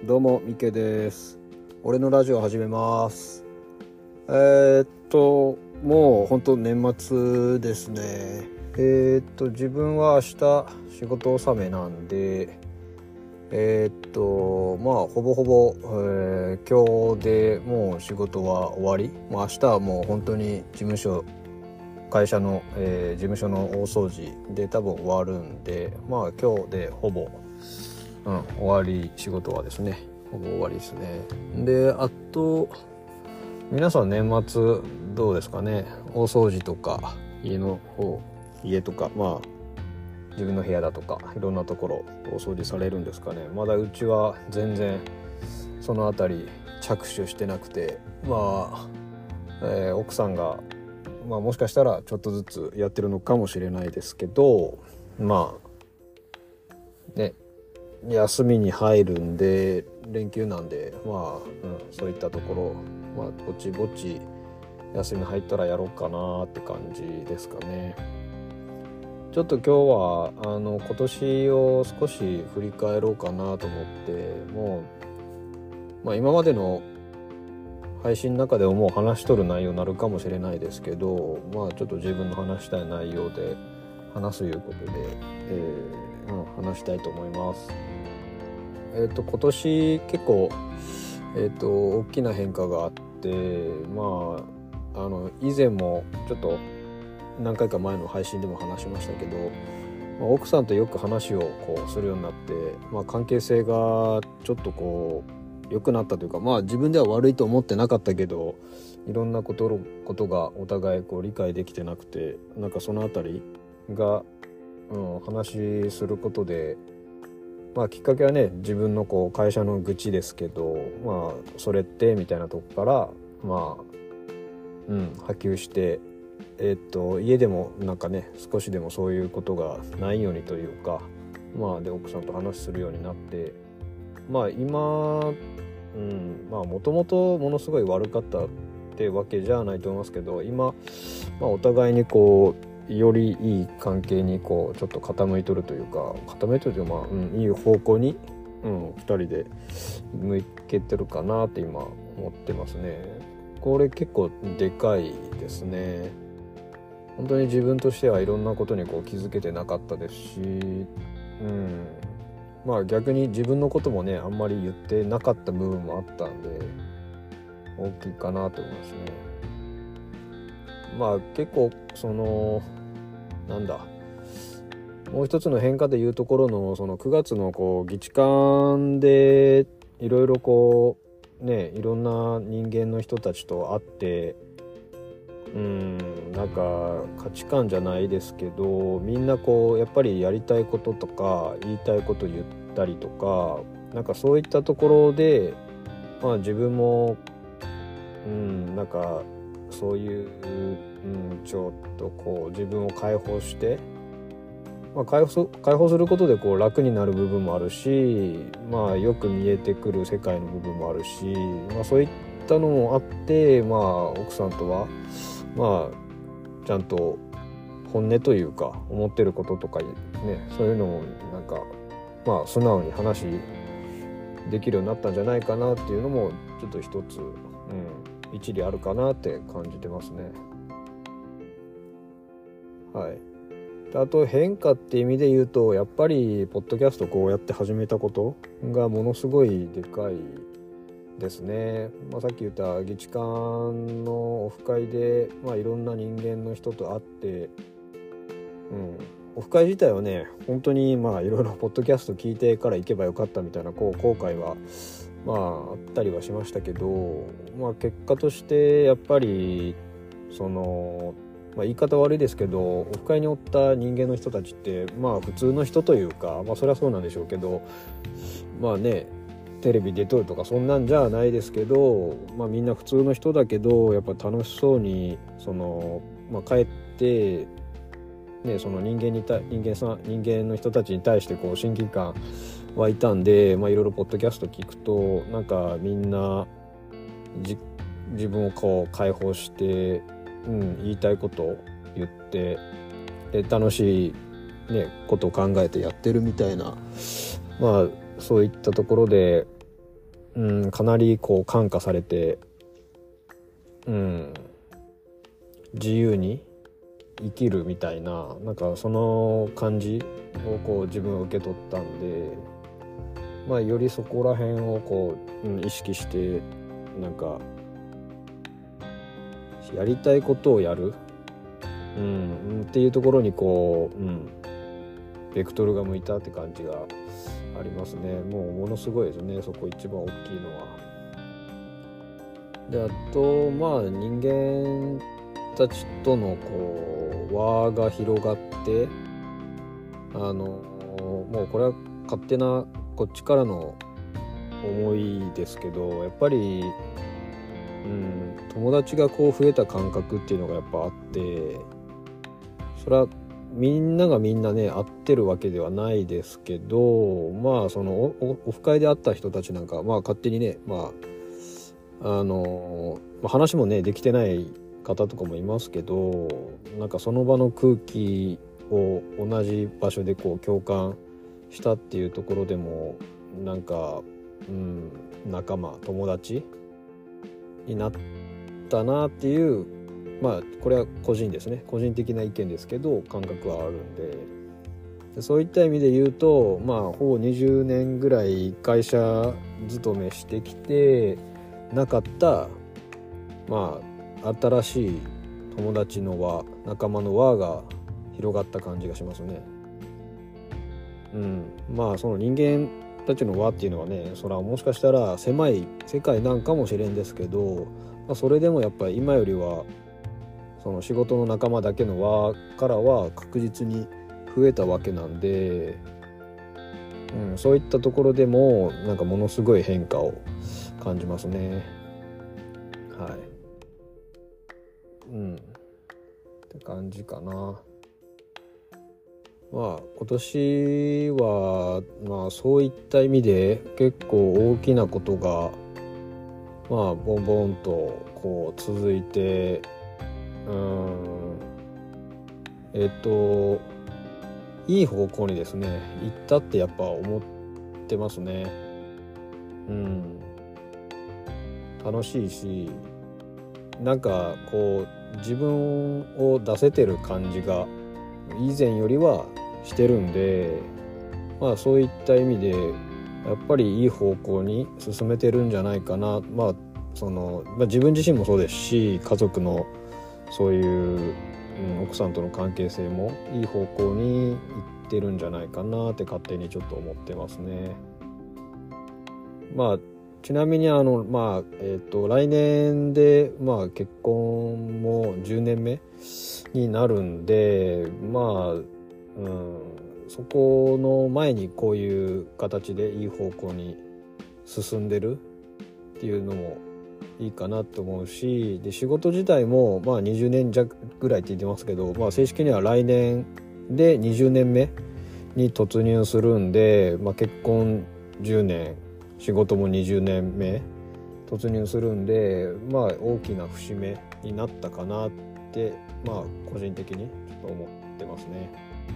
どうもみけです。俺のラジオ始めます。もう本当年末ですね。自分は明日仕事納めなんで、ほぼほぼ、今日でもう仕事は終わり。もう明日はもう本当に会社の、事務所の大掃除で多分終わるんで、今日でほぼ、終わり、仕事はですねほぼ終わりですね。で、あと皆さん年末どうですかね。大掃除とか家とか自分の部屋だとかいろんなところ大掃除されるんですかね。まだうちは全然そのあたり着手してなくて、奥さんがもしかしたらちょっとずつやってるのかもしれないですけど、休みに入るんで、連休なんでそういったところぼちぼち休み入ったらやろうかなって感じですかね。ちょっと今日は今年を少し振り返ろうかなと思って、今までの配信の中でももう話しとる内容になるかもしれないですけど、ちょっと自分の話したい内容で話すいうことで、話したいと思います。今年結構大きな変化があって、以前もちょっと何回か前の配信でも話しましたけど、奥さんとよく話をするようになって、関係性がちょっと良くなったというか、自分では悪いと思ってなかったけど、いろんなことがお互い理解できてなくて、そのあたりが、話することで、きっかけはね、自分の会社の愚痴ですけど、それってみたいなとこから波及して、家でも少しでもそういうことがないようにというか、で奥さんと話するようになって、今もともとものすごい悪かったってわけじゃないと思いますけど、今、お互いによりいい関係にちょっと傾いとるというか、いい方向に、2人で向けてるかなって今思ってますね。これ結構でかいですね。本当に自分としてはいろんなことに気づけてなかったですし、逆に自分のこともねあんまり言ってなかった部分もあったんで、大きいかなと思いますね。結構もう一つの変化でいうところのその9月の議事館でいろいろいろんな人間の人たちと会って、価値観じゃないですけど、みんなやっぱりやりたいこととか言いたいこと言ったりとか、そういったところで、自分もそういう、ちょっと自分を解放して、解放することで楽になる部分もあるし、よく見えてくる世界の部分もあるし、そういったのもあって、奥さんとはちゃんと本音というか思ってることとかね、そういうのも素直に話できるようになったんじゃないかなっていうのもちょっと一つ、一理あるかなって感じてますね。はい。あと変化って意味で言うと、やっぱりポッドキャストこうやって始めたことがものすごいでかいですね。さっき言った議事館のオフ会で、いろんな人間の人と会って、オフ会自体はね本当にいろいろポッドキャスト聞いてから行けばよかったみたいな後悔はあったりはしましたけど、結果としてやっぱり言い方悪いですけど、オフ会におった人間の人たちって普通の人というか、それはそうなんでしょうけど、テレビ出とるとかそんなんじゃないですけど、みんな普通の人だけどやっぱ楽しそうに帰ってその人間の人たちに対して親近感湧いたんで、いろいろポッドキャスト聞くとみんな自分を解放して、言いたいことを言って楽しい、ことを考えてやってるみたいな、そういったところでかなりこう感化されて、自由に生きるみたいな、なんかその感じをこう自分は受け取ったんで、よりそこら辺をこう、意識してなんかやりたいことをやる、っていうところにこう、ベクトルが向いたって感じがありますね。もうものすごいですね、そこ一番大きいのは。であと人間たちとのこう輪が広がって、もうこれは勝手なこっちからの思いですけど、やっぱり、友達がこう増えた感覚っていうのがやっぱあって、それはみんながみんなね合ってるわけではないですけど、そのオフ会で会った人たちなんか勝手にね、話もねできてない方とかもいますけど、なんかその場の空気を同じ場所でこう共感したっていうところでもなんか、仲間友達になったなっていう、これは個人ですね、個人的な意見ですけど感覚はあるんで、そういった意味で言うとほぼ20年ぐらい会社勤めしてきてなかった新しい友達の輪、仲間の輪が広がった感じがしますね。その人間たちの輪っていうのはね、それはもしかしたら狭い世界なんかもしれんですけど、それでもやっぱり今よりはその仕事の仲間だけの輪からは確実に増えたわけなんで、そういったところでもなんかものすごい変化を感じますね。はい。って感じかな。今年はそういった意味で結構大きなことがボンボンとこう続いて、いい方向にですね行ったってやっぱ思ってますね。楽しいし、なんかこう自分を出せてる感じが以前よりはしてるんで、そういった意味でやっぱりいい方向に進めてるんじゃないかな。自分自身もそうですし、家族のそういう、奥さんとの関係性もいい方向に行ってるんじゃないかなって勝手にちょっと思ってますね。ちなみに来年で結婚も10年目になるんで、そこの前にこういう形でいい方向に進んでるっていうのもいいかなと思うし、で仕事自体も20年弱ぐらいって言ってますけど、正式には来年で20年目に突入するんで、結婚10年仕事も20年目突入するんで、大きな節目になったかなって個人的にちょっと思ってますね。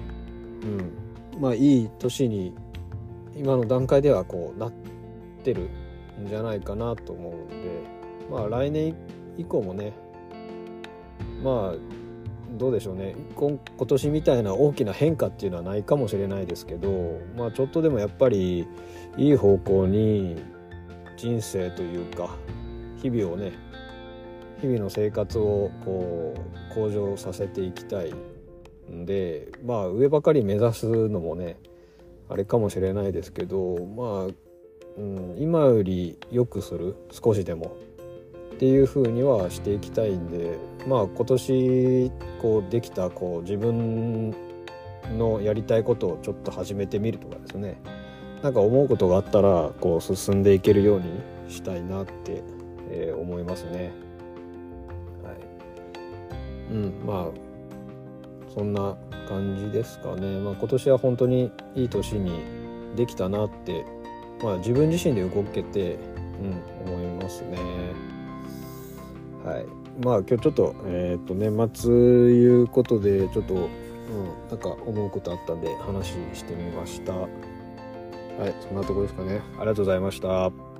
いい年に今の段階ではこうなってるんじゃないかなと思うんで、来年以降もねどうでしょうね、今年みたいな大きな変化っていうのはないかもしれないですけど、ちょっとでもやっぱりいい方向に人生というか日々の生活をこう向上させていきたいんで、上ばかり目指すのもねあれかもしれないですけど、今より良くする少しでもっていう風にはしていきたいんで、今年こうできたこう自分のやりたいことをちょっと始めてみるとかですね、なんか思うことがあったらこう進んでいけるようにしたいなって、思いますね。はい。そんな感じですかね。今年は本当にいい年にできたなって、自分自身で動けて、思いますね。はい。今日ちょっと、年末いうことでちょっと、なんか思うことあったんで話してみました。はい、そんなところですかね。ありがとうございました。